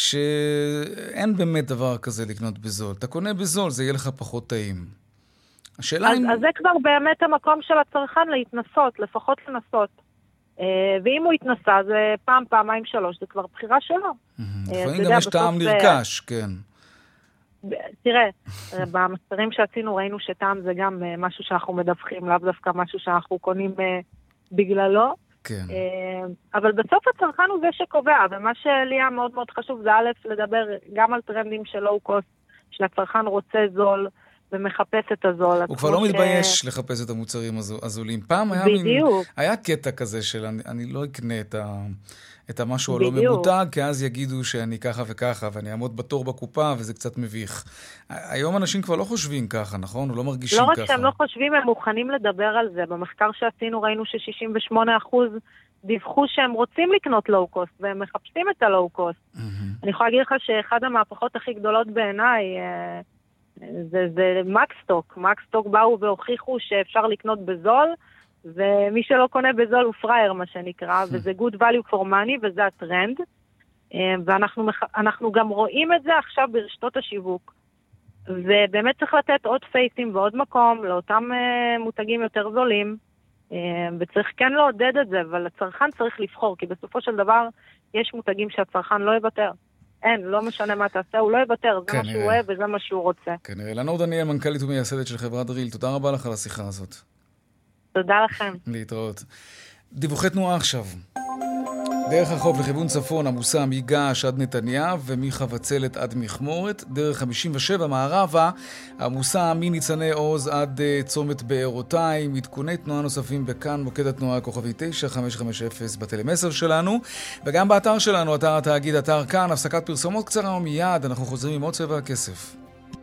שאין באמת דבר כזה לקנות בזול. אתה קונה בזול, זה יהיה לך פחות טעים. השאלה אז, אם... אז זה כבר באמת המקום של הצרכן להתנסות, לפחות לנסות. ואם הוא התנסה, זה פעם, פעמיים, שלוש, זה כבר בחירה שלו. לפעמים גם יש טעם נרכש, כן. תראה, במחקרים שעשינו ראינו שטעם זה גם משהו שאנחנו מדווחים, לאו דווקא משהו שאנחנו קונים בגללו. כן. אבל בסוף הצרכן הוא זה שקובע, ומה שלי היה מאוד מאוד חשוב זה א', לדבר גם על טרנדים של לואו-קוסט, שהצרכן רוצה זול ומחפש את הזול. הוא כבר לא מתבייש לחפש את המוצרים הזולים. פעם היה מין, היה קטע כזה של אני לא אקנה את ה... את המשהו הלא ממותג, כי אז יגידו שאני ככה וככה, ואני אעמוד בתור בקופה, וזה קצת מביך. היום אנשים כבר לא חושבים ככה, נכון? או לא מרגישים ככה. לא רק שהם לא חושבים, הם מוכנים לדבר על זה. במחקר שעשינו ראינו ש-שישים ושמונה אחוז דיווחו שהם רוצים לקנות לואו-קוסט, והם מחפשים את הלואו-קוסט. אני יכולה להגיד לך שאחד המהפכות הכי גדולות בעיניי, זה, זה מקסטוק. מקסטוק באו והוכיחו שאפשר לקנות בזול, ומי שלא קונה בזול הוא פרייר, מה שנקרא, וזה good value for money, וזה הטרנד. ואנחנו אנחנו גם רואים את זה עכשיו ברשתות השיווק. ובאמת צריך לתת עוד פייסים ועוד מקום לאותם מותגים יותר זולים, וצריך כן לעודד את זה, אבל הצרכן צריך לבחור, כי בסופו של דבר יש מותגים שהצרכן לא יוותר. אין, לא משנה מה תעשה, הוא לא יוותר, זה מה שהוא אוהב וזה מה שהוא רוצה. כנראה. לנור דניאל, מנכ"לית ומייסדת של חברת דריל, תודה רבה לך על השיחה הזאת. תודה לכם. להתראות. דיווחי תנועה עכשיו. דרך החוף לכיוון צפון עמוסה מגעש עד נתניה ומחבצלת עד מכמורת. דרך חמישים ושבע מערבה עמוסה מניצני עוז עד uh, צומת בארותיים. עדכוני תנועה נוספים בכאן מוקד התנועה כוכבי תשע חמש חמש אפס בטלמסר שלנו, וגם באתר שלנו, אתר התאגיד, אתר כאן. הפסקת פרסומות קצרה ומיד אנחנו חוזרים עם עוד צבע הכסף.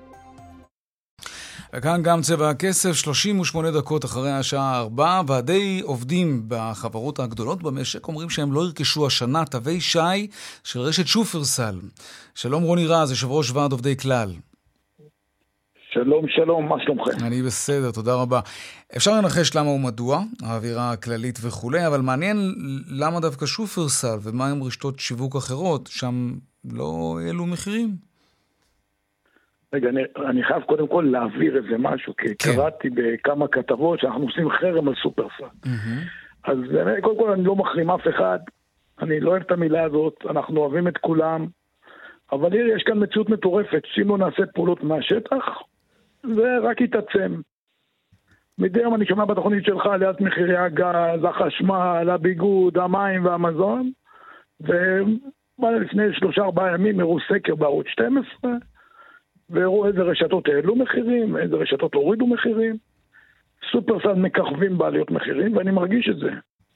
וכאן גם צבע הכסף, שלושים ושמונה דקות אחרי השעה ארבע. ועדי עובדים בחברות הגדולות במשק אומרים שהם לא ירכשו השנה תווי שי של רשת שופרסל. שלום רוני רז, יושב ראש ועד עובדי כלל. שלום, שלום, מה שלומכם? אני בסדר, תודה רבה. אפשר לנחש למה ומדוע, האווירה הכללית וכו', אבל מעניין למה דווקא שופרסל ומה עם רשתות שיווק אחרות, שם לא העלו מחירים. רגע, אני, אני חייב קודם כל להעביר איזה משהו, כי כן. קראתי בכמה כתבות שאנחנו עושים חרם על סופרסל. Mm-hmm. אז קודם כל אני לא מחרים אף אחד, אני לא אוהב את המילה הזאת, אנחנו אוהבים את כולם, אבל יש כאן מציאות מטורפת, שאם לא נעשה פעולות מהשטח, זה רק יתעצם. מדי יום אני שומע בתוכנית שלך עליית מחירי הגז, החשמל, הביגוד, המים והמזון, ולפני שלושה ארבעה ימים הראו סקר בערוץ שתים עשרה, והראו איזה רשתות העלו מחירים, איזה רשתות הורידו מחירים. סופרסל מככבים בעליות מחירים, ואני מרגיש את זה.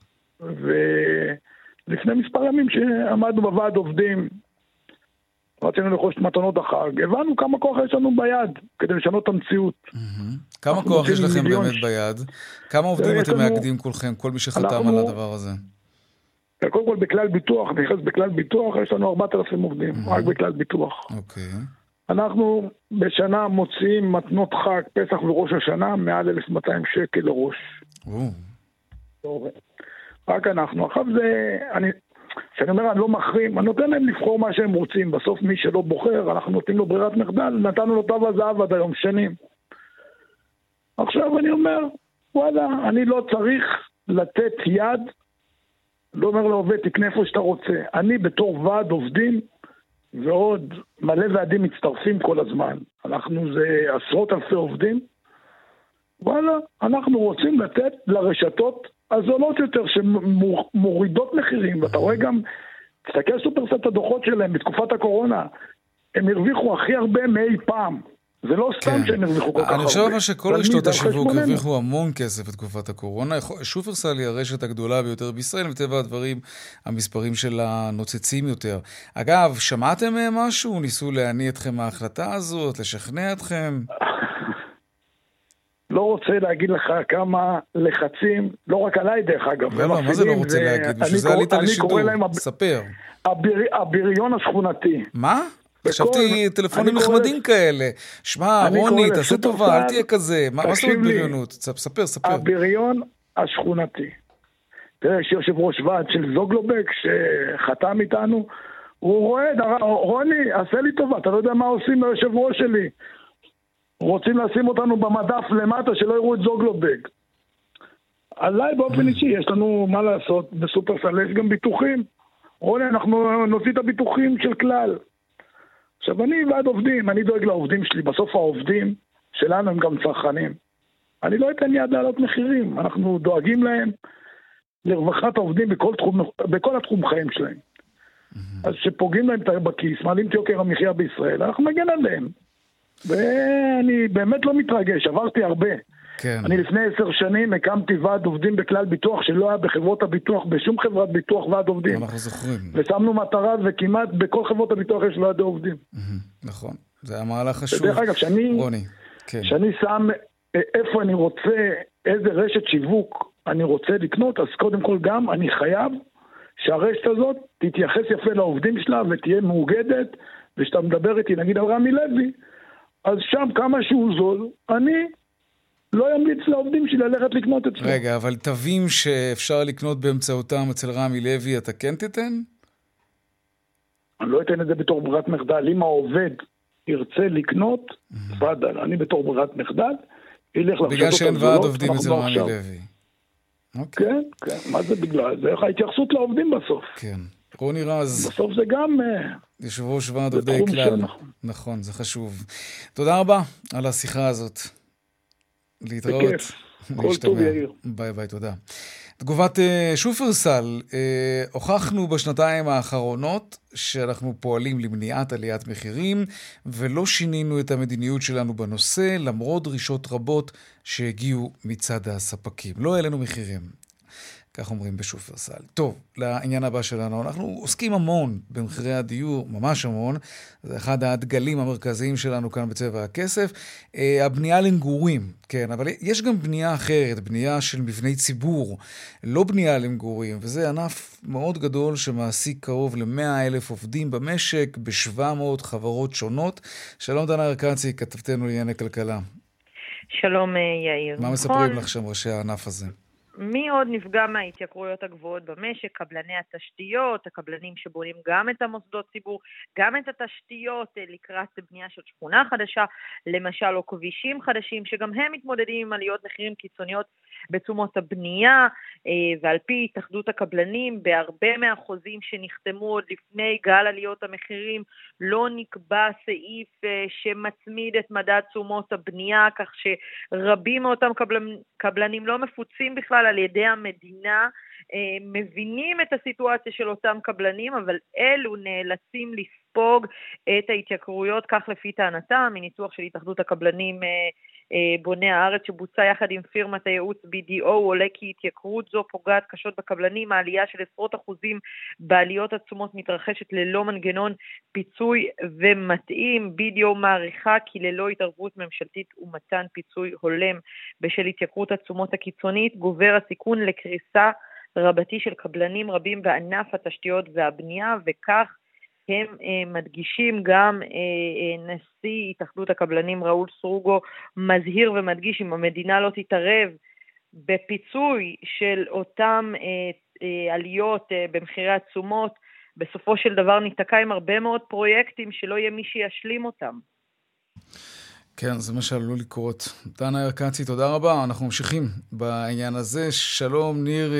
ולפני מספר ימים שעמדנו בוועד עובדים, רצינו לחוש מתנות החג, הבנו כמה כוח יש לנו ביד, כדי לשנות את המציאות. כמה כוח יש לכם באמת ביד? כמה עובדים אתם מאגדים כולכם, כל מי שחתם על הדבר הזה? קודם כל בכלל ביטוח, נכנס בכלל ביטוח, יש לנו ארבעת אלפים עובדים, רק בכלל ביטוח. אוקיי. אנחנו בשנה מוציאים מתנות חג, פסח וראש השנה, מעל אלף ומאתיים שקל לראש. רק אנחנו. עכשיו זה, אני, שאני אומר, אני לא מחרים, אני נותן להם לבחור מה שהם רוצים. בסוף מי שלא בוחר, אנחנו נותנים לו ברירת מחדל, נתנו לו תו הזהב עד היום שנים. עכשיו אני אומר, וואלה, אני לא צריך לתת יד, לא אומר לעובד, תקנה איפה שאתה רוצה. אני בתור ועד עובדים, ועוד מלא ועדים מצטרפים כל הזמן. אנחנו זה עשרות אלפי עובדים. וואלה, אנחנו רוצים לתת לרשתות הזולות יותר שמורידות מחירים. ואתה רואה גם, תסתכל סופרסל את הדוחות שלהם בתקופת הקורונה, הם הרוויחו הכי הרבה מאי פעם. זה לא סתם שהם הרוויחו כל כך הרבה. אני חושב שכל רשתות השיווק הרוויחו המון כסף בתקופת הקורונה. שופרסל היא הרשת הגדולה ביותר בישראל, מטבע הדברים המספרים שלה נוצצים יותר. אגב, שמעתם משהו? ניסו להניע אתכם מההחלטה הזאת, לשכנע אתכם? לא רוצה להגיד לך כמה לחצים, לא רק עליי דרך אגב. לא, לא, מה זה לא רוצה להגיד? בשביל זה עלית לשידור, ספר. הבריון השכונתי. מה? חשבתי טלפונים נחמדים כאלה. שמע, רוני, תעשה טובה, אל תהיה כזה. מה זאת אומרת בריונות? ספר, ספר. הבריון השכונתי. תראה, יש יושב ראש ועד של זוגלובק שחתם איתנו, הוא רועד, רוני, עשה לי טובה, אתה לא יודע מה עושים ליושב ראש שלי. רוצים לשים אותנו במדף למטה, שלא יראו את זוגלובק. עליי באופן אישי, יש לנו מה לעשות, בסופרסל יש גם ביטוחים. רוני, אנחנו נוציא את הביטוחים של כלל. עכשיו אני ועד עובדים, אני דואג לעובדים שלי, בסוף העובדים שלנו הם גם צרכנים. אני לא אתן יד לעלות מחירים, אנחנו דואגים להם לרווחת העובדים בכל, תחום, בכל התחום חיים שלהם. Mm-hmm. אז שפוגעים להם בכיס, מעלים את יוקר המחיה בישראל, אנחנו נגן עליהם. ואני באמת לא מתרגש, עברתי הרבה. כן. אני לפני עשר שנים הקמתי ועד עובדים בכלל ביטוח שלא היה בחברות הביטוח, בשום חברת ביטוח ועד עובדים. אנחנו זוכרים. ושמנו מטרה וכמעט בכל חברות הביטוח יש ועד עובדים. נכון, זה היה מהלך חשוב. דרך אגב, שאני, רוני, כן. שאני שם איפה אני רוצה, איזה רשת שיווק אני רוצה לקנות, אז קודם כל גם אני חייב שהרשת הזאת תתייחס יפה לעובדים שלה ותהיה מאוגדת, ושאתה מדבר איתי, נגיד על רמי לוי, אז שם כמה שהוא זול, אני לא ימליץ לעובדים שלי ללכת לקנות אצלו. רגע, אבל תווים שאפשר לקנות באמצעותם אצל רמי לוי, אתה כן תיתן? אני לא אתן את זה בתור ברירת מחדל. אם העובד ירצה לקנות, פדל. אני בתור ברירת מחדל, ילך לחשוב בגלל שאין ועד עובדים אצל רמי לוי. כן, כן. מה זה בגלל? זה ההתייחסות לעובדים בסוף. כן. רוני רז. בסוף זה גם... יושב ראש ועד עובדי כלל. נכון, זה חשוב. תודה רבה על השיחה הזאת. להתראות. בכיף. כל טוב יאיר. ביי ביי, תודה. תגובת שופרסל, הוכחנו בשנתיים האחרונות שאנחנו פועלים למניעת עליית מחירים ולא שינינו את המדיניות שלנו בנושא למרות דרישות רבות שהגיעו מצד הספקים. לא העלינו מחירים. כך אומרים בשופרסל. טוב, לעניין הבא שלנו, אנחנו עוסקים המון במחירי הדיור, ממש המון. זה אחד הדגלים המרכזיים שלנו כאן בצבע הכסף. הבנייה למגורים, כן, אבל יש גם בנייה אחרת, בנייה של מבני ציבור, לא בנייה למגורים, וזה ענף מאוד גדול שמעסיק קרוב ל-מאה אלף עובדים במשק, ב-שבע מאות חברות שונות. שלום דנה ארקצי, כתבתנו לענייני כלכלה. שלום יאיר. מה מספרים לך שם ראשי הענף הזה? מי עוד נפגע מההתייקרויות הגבוהות במשק? קבלני התשתיות, הקבלנים שבונים גם את המוסדות ציבור, גם את התשתיות לקראת בנייה של שכונה חדשה, למשל או כבישים חדשים, שגם הם מתמודדים עם עליות מחירים קיצוניות בתשומות הבנייה, ועל פי התאחדות הקבלנים, בהרבה מהחוזים שנחתמו עוד לפני גל עליות המחירים, לא נקבע סעיף שמצמיד את מדד תשומות הבנייה, כך שרבים מאותם קבלנים, קבלנים לא מפוצים בכלל על ידי המדינה, מבינים את הסיטואציה של אותם קבלנים, אבל אלו נאלצים לספוג את ההתייקרויות, כך לפי טענתה, מניתוח של התאחדות הקבלנים בוני הארץ שבוצע יחד עם פירמת הייעוץ בי די או, עולה כי התייקרות זו פוגעת קשות בקבלנים, העלייה של עשרות אחוזים בעליות עצומות מתרחשת ללא מנגנון פיצוי ומתאים. בי די או מעריכה כי ללא התערבות ממשלתית ומתן פיצוי הולם בשל התייקרות עצומות הקיצונית, גובר הסיכון לקריסה רבתי של קבלנים רבים בענף התשתיות והבנייה, וכך הם אה, מדגישים גם אה, אה, נשיא התאחדות הקבלנים ראול סרוגו מזהיר ומדגיש אם המדינה לא תתערב בפיצוי של אותם אה, אה, עליות אה, במחירי התשומות, בסופו של דבר ניתקע עם הרבה מאוד פרויקטים שלא יהיה מי שישלים אותם. כן, זה מה שעלול לקרות. דנה ארקצי, תודה רבה. אנחנו ממשיכים בעניין הזה. שלום, ניר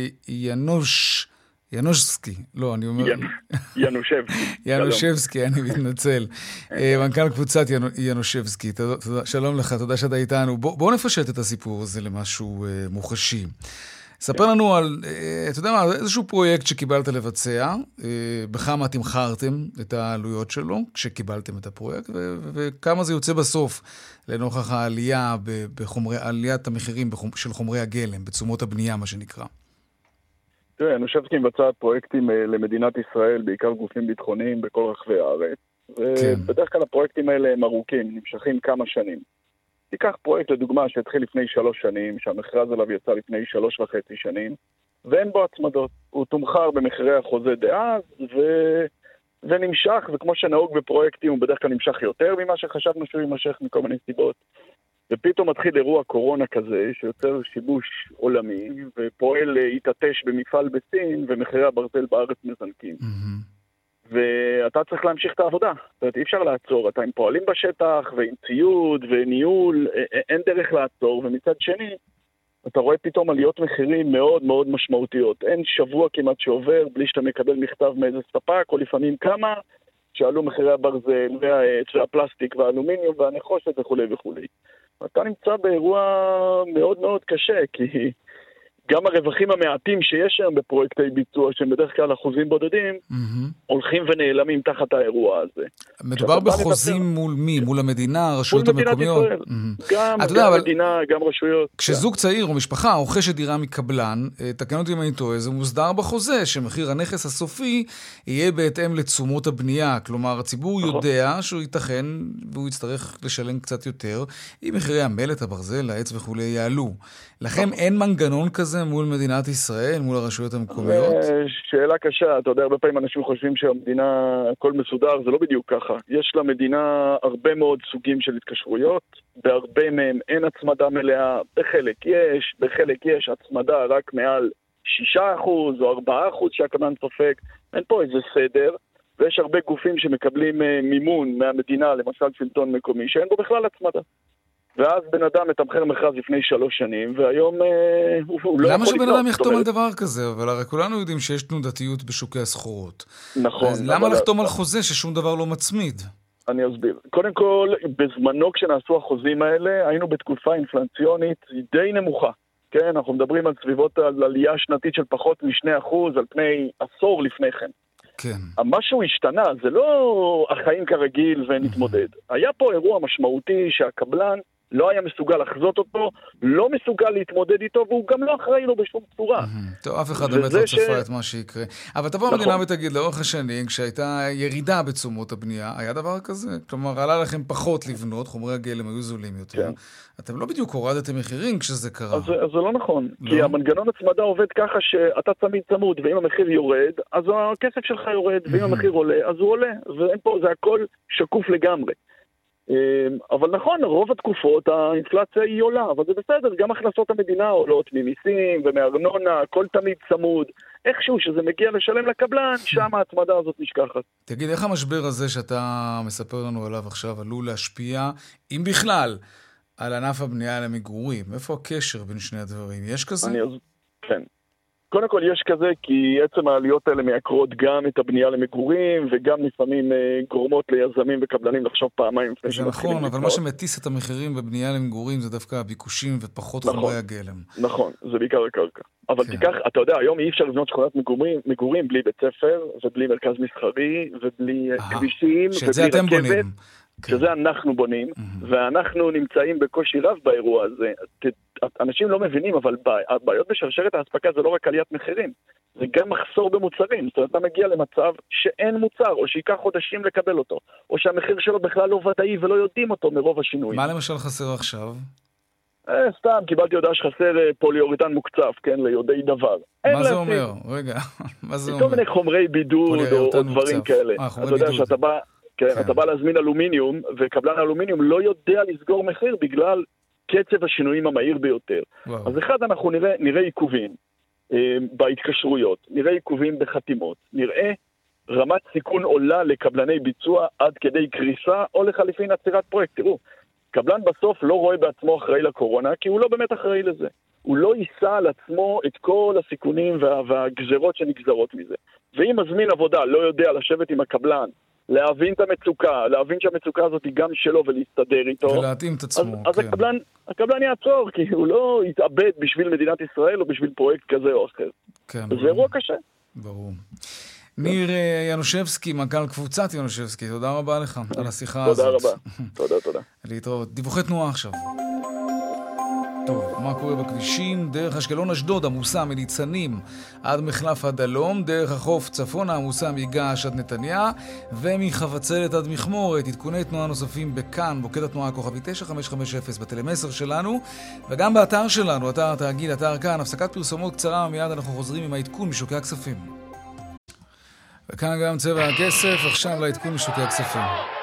ינוש, ינושבסקי. לא, אני אומר... ינושבסקי. ינושבסקי, אני מתנצל. מנכ"ל קבוצת ינושבסקי. שלום לך, תודה שאתה איתנו. בואו נפשט את הסיפור הזה למשהו מוחשי. ספר לנו על, אתה יודע מה, איזשהו פרויקט שקיבלת לבצע, בכמה תמחרתם את העלויות שלו כשקיבלתם את הפרויקט, וכמה זה יוצא בסוף לנוכח העלייה בחומרי, עליית המחירים של חומרי הגלם, בתשומות הבנייה, מה שנקרא. תראה, נושבסקי מבצעת פרויקטים למדינת ישראל, בעיקר גופים ביטחוניים בכל רחבי הארץ, ובדרך כלל הפרויקטים האלה הם ארוכים, נמשכים כמה שנים. תיקח פרויקט לדוגמה שהתחיל לפני שלוש שנים, שהמכרז עליו יצא לפני שלוש וחצי שנים, ואין בו הצמדות. הוא תומחר במחירי החוזה דאז, ו... ונמשך, וכמו שנהוג בפרויקטים, הוא בדרך כלל נמשך יותר ממה שחשבנו שהוא יימשך מכל מיני סיבות. ופתאום מתחיל אירוע קורונה כזה, שיוצר שיבוש עולמי, ופועל להתעטש במפעל בסין, ומחירי הברזל בארץ מזנקים. Mm-hmm. ואתה צריך להמשיך את העבודה. זאת אומרת, אי אפשר לעצור. אתה עם פועלים בשטח, ועם ציוד, וניהול, אין דרך לעצור. ומצד שני, אתה רואה פתאום עליות מחירים מאוד מאוד משמעותיות. אין שבוע כמעט שעובר, בלי שאתה מקבל מכתב מאיזה ספק, או לפעמים כמה, שעלו מחירי הברזל, והעץ, והפלסטיק, והאלומיניום, והנחושת וכו' וכו'. אתה נמצא באירוע מאוד מאוד קשה, כי... גם הרווחים המעטים שיש שם בפרויקטי ביצוע, שהם בדרך כלל אחוזים בודדים, mm-hmm. הולכים ונעלמים תחת האירוע הזה. מדובר בחוזים מול מי? מול המדינה, הרשויות המקומיות? Mm-hmm. גם, גם אבל... מדינה, גם רשויות. כשזוג צעיר או משפחה רוכשת דירה מקבלן, תקן אותי אם אני טועה, זה מוסדר בחוזה, שמחיר הנכס הסופי יהיה בהתאם לתשומות הבנייה. כלומר, הציבור נכון. יודע שהוא ייתכן, והוא יצטרך לשלם קצת יותר, אם מחירי המלט, הברזל, העץ וכו' יעלו. לכם אין מנגנון כזה מול מדינת ישראל, מול הרשויות המקומיות? שאלה קשה, אתה יודע, הרבה פעמים אנשים חושבים שהמדינה, הכל מסודר, זה לא בדיוק ככה. יש למדינה הרבה מאוד סוגים של התקשרויות, בהרבה מהם אין הצמדה מלאה, בחלק יש, בחלק יש הצמדה רק מעל שישה אחוז או ארבעה אחוז שהקבלן סופג, אין פה איזה סדר, ויש הרבה גופים שמקבלים מימון מהמדינה, למשל שלטון מקומי, שאין בו בכלל הצמדה. ואז בן אדם מתמחר מכרז לפני שלוש שנים, והיום אה, הוא, הוא לא יכול לקנות. למה שבן אדם יחתום על דבר כזה? אבל הרי כולנו יודעים שיש תנודתיות בשוקי הסחורות. נכון. אז למה לחתום על חוזה ששום דבר לא מצמיד? אני אסביר. קודם כל, בזמנו כשנעשו החוזים האלה, היינו בתקופה אינפלציונית די נמוכה. כן, אנחנו מדברים על סביבות על עלייה שנתית של פחות משני אחוז, על פני עשור לפני כן. כן. משהו השתנה, זה לא החיים כרגיל ונתמודד. היה פה אירוע משמעותי שהקבלן לא היה מסוגל לחזות אותו, לא מסוגל להתמודד איתו, והוא גם לא אחראי לו בשום צורה. טוב, אף אחד באמת לא צפה את מה שיקרה. אבל תבוא המדינה ותגיד, לאורך השנים, כשהייתה ירידה בתשומות הבנייה, היה דבר כזה? כלומר, עלה לכם פחות לבנות, חומרי הגלם היו זולים יותר. אתם לא בדיוק הורדתם מחירים כשזה קרה. אז זה לא נכון, כי המנגנון הצמדה עובד ככה שאתה צמיד צמוד, ואם המחיר יורד, אז הכסף שלך יורד, ואם המחיר עולה, אז הוא עולה. זה הכל שקוף לגמרי. אבל נכון, רוב התקופות האינפלציה היא עולה, אבל זה בסדר, גם הכנסות המדינה עולות ממיסים ומארנונה, הכל תמיד צמוד. איכשהו שזה מגיע לשלם לקבלן, שם ההצמדה הזאת נשכחת. תגיד, איך המשבר הזה שאתה מספר לנו עליו עכשיו עלול להשפיע, אם בכלל, על ענף הבנייה למגורים? איפה הקשר בין שני הדברים? יש כזה? אני אז... כן. קודם כל יש כזה, כי עצם העליות האלה מייקרות גם את הבנייה למגורים, וגם לפעמים גורמות ליזמים וקבלנים לחשוב פעמיים. זה נכון, אבל מה שמטיס את המחירים בבנייה למגורים זה דווקא הביקושים ופחות חומרי הגלם. נכון, זה בעיקר הקרקע. אבל תיקח, אתה יודע, היום אי אפשר לבנות שכונת מגורים בלי בית ספר, ובלי מרכז מסחרי, ובלי כבישים, ובלי רכבת. שזה אנחנו בונים, ואנחנו נמצאים בקושי רב באירוע הזה. אנשים לא מבינים, אבל הבעיות בשרשרת ההספקה זה לא רק עליית מחירים, זה גם מחסור במוצרים. זאת אומרת, אתה מגיע למצב שאין מוצר, או שיקח חודשים לקבל אותו, או שהמחיר שלו בכלל לא ודאי ולא יודעים אותו מרוב השינוי. מה למשל חסר עכשיו? סתם, קיבלתי הודעה שחסר פוליאוריתן מוקצף, כן, ליודעי דבר. מה זה אומר? רגע, מה זה אומר? כל מיני חומרי בידוד או דברים כאלה. אתה יודע שאתה בא... כן, אתה בא להזמין אלומיניום, וקבלן אלומיניום לא יודע לסגור מחיר בגלל קצב השינויים המהיר ביותר. וואו. אז אחד, אנחנו נראה, נראה עיכובים אה, בהתקשרויות, נראה עיכובים בחתימות, נראה רמת סיכון עולה לקבלני ביצוע עד כדי קריסה, או לחליפין עצירת פרויקט. תראו, קבלן בסוף לא רואה בעצמו אחראי לקורונה, כי הוא לא באמת אחראי לזה. הוא לא יישא על עצמו את כל הסיכונים וה, והגזרות שנגזרות מזה. ואם מזמין עבודה לא יודע לשבת עם הקבלן, להבין את המצוקה, להבין שהמצוקה הזאת היא גם שלו ולהסתדר איתו. ולהתאים את עצמו, אז, כן. אז הקבלן, הקבלן יעצור, כי הוא לא יתאבד בשביל מדינת ישראל או בשביל פרויקט כזה או אחר. כן, זה ברור. אירוע קשה. ברור. ניר ינושבסקי, מנכ"ל קבוצת ינושבסקי, תודה רבה לך על השיחה הזאת. תודה רבה. תודה, תודה. להתראות. דיווחי תנועה עכשיו. טוב, מה קורה בכבישים? דרך אשקלון אשדוד עמוסה מניצנים עד מחלף הדלום, דרך החוף צפונה עמוסה מגעש עד נתניה, ומחבצלת עד מכמורת. עדכוני תנועה נוספים בכאן, מוקד התנועה כוכבי תשע חמש חמש אפס בטלמסר שלנו, וגם באתר שלנו, אתר התאגיד, אתר כאן. הפסקת פרסומות קצרה, מיד אנחנו חוזרים עם העדכון משוקי הכספים. וכאן גם צבע הכסף, עכשיו לעדכון משוקי הכספים.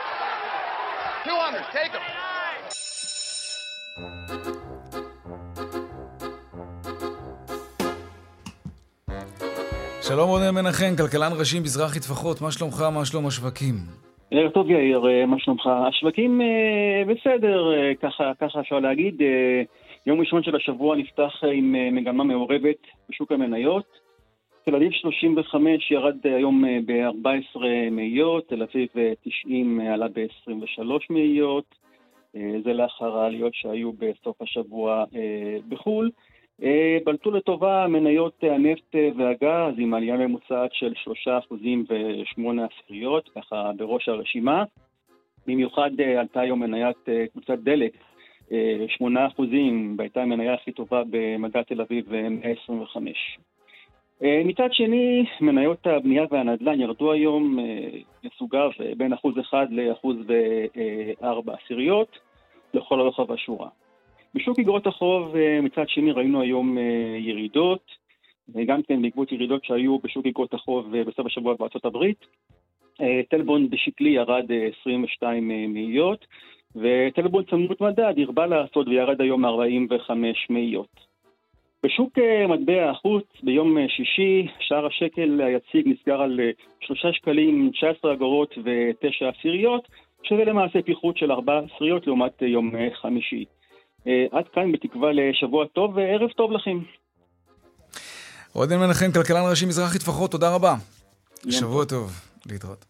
שלום רונן מנחם, כלכלן ראשי מזרחי טפחות, מה שלומך, מה שלום השווקים? ערב טוב יאיר, מה שלומך? השווקים בסדר, ככה, ככה אפשר להגיד. יום ראשון של השבוע נפתח עם מגמה מעורבת בשוק המניות. תל אביב שלושים וחמש ירד היום ב-ארבע עשרה מאיות, תל אביב תשעים עלה ב-עשרים ושלוש מאיות. זה לאחר העליות שהיו בסוף השבוע בחול. בלטו לטובה מניות הנפט והגז עם עלייה ממוצעת של שלושה אחוזים ושמונה עשיריות, ככה בראש הרשימה. במיוחד עלתה היום מניית קבוצת דלק, שמונה אחוזים, והייתה המניה הכי טובה במדד תל אביב מאה עשרים וחמש. מצד שני, מניות הבנייה והנדל"ן ירדו היום לסוגיו בין אחוז אחד לאחוז וארבע עשיריות לכל הרוחב השורה. בשוק אגרות החוב מצד שני ראינו היום ירידות, גם כן בעקבות ירידות שהיו בשוק אגרות החוב בסוף השבוע בארצות הברית. טלבון בשקלי ירד עשרים ושתיים מאיות, וטלבון צמוד מדד הרבה לעשות וירד היום ארבעים וחמש מאיות. בשוק מטבע החוץ ביום שישי שער השקל היציג נסגר על שלושה שקלים תשע עשרה אגורות ותשע עשיריות, שזה למעשה פיחות של ארבע עשיריות לעומת יום חמישי. עד כאן בתקווה לשבוע טוב וערב טוב לכם. עודד מנחם, כלכלן ראשי מזרחי טפחות, תודה רבה. שבוע טוב, להתראות.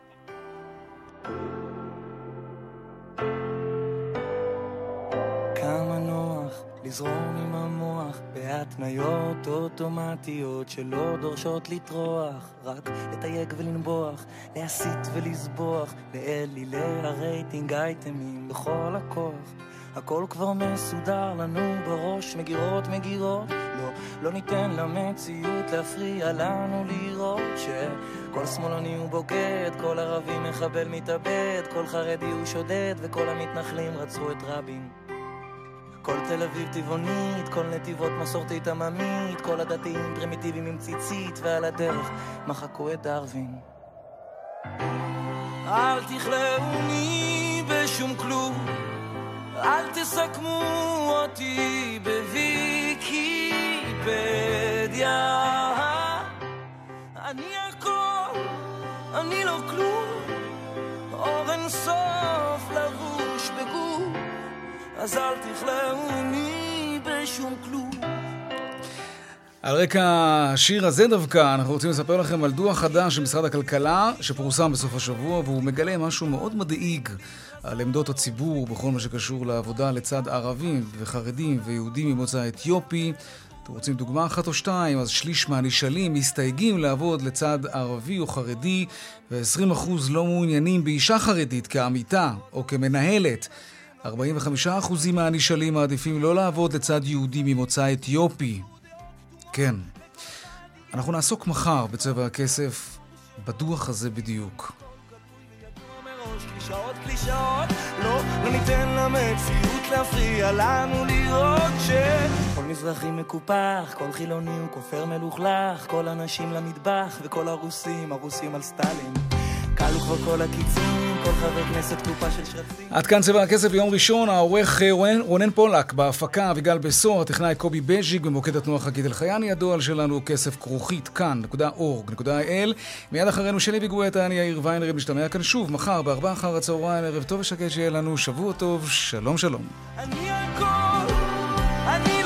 כמה נוח לזרום עם המוח בהתניות אוטומטיות שלא דורשות לטרוח, רק לתייג ולנבוח, להסיט ולסבוח, לאלילי הרייטינג אייטמים בכל הכוח. הכל כבר מסודר לנו בראש, מגירות מגירות, לא, לא ניתן למציאות להפריע לנו לראות שכל שמאלני הוא בוגד, כל ערבי מחבל מתאבד, כל חרדי הוא שודד וכל המתנחלים רצו את רבין. כל תל אביב טבעונית, כל נתיבות מסורתית עממית, כל הדתיים פרימיטיביים עם ציצית, ועל הדרך מחקו את דרווין. אל תכלאוני בשום כלום, אל תסכמו אותי בוויקיפדיה. אני הכל, אני לא כלום, אור אין סוף לבוש בגוף, אז אל תכלאוני בשום כלום. על רקע השיר הזה דווקא אנחנו רוצים לספר לכם על דוח חדש של משרד הכלכלה שפורסם בסוף השבוע, והוא מגלה משהו מאוד מדאיג על עמדות הציבור בכל מה שקשור לעבודה לצד ערבים וחרדים ויהודים ממוצא אתיופי. אתם רוצים דוגמה אחת או שתיים? אז שליש מהנשאלים מסתייגים לעבוד לצד ערבי או חרדי, ו-עשרים אחוז לא מעוניינים באישה חרדית כעמיתה או כמנהלת. ארבעים וחמישה אחוז מהנשאלים מעדיפים לא לעבוד לצד יהודי ממוצא אתיופי. כן. אנחנו נעסוק מחר בצבע הכסף בדוח הזה בדיוק. קלישאות קלישאות, לא, לא ניתן למציאות להפריע לנו לראות שכל מזרחי מקופח, כל חילוני הוא כופר מלוכלך, כל אנשים למטבח וכל הרוסים, הרוסים על סטלין. קלו כבר כל הקיצים, כל חבר כנסת קופה של שרצים. עד כאן צבע הכסף ביום ראשון, העורך רונן, רונן פולק, בהפקה אביגל בסור, הטכנאי קובי בז'יק, במוקד התנועה חגית אלחייני, הדואל שלנו כסף כרוכית כאן נקודה אורג נקודה איי אל. מיד אחרינו שלי וגואטה, אני יאיר ויינרב, משתמע כאן שוב מחר בארבע אחר הצהריים. ערב טוב ושקט שיהיה לנו, שבוע טוב, שלום שלום. אני הכל, אני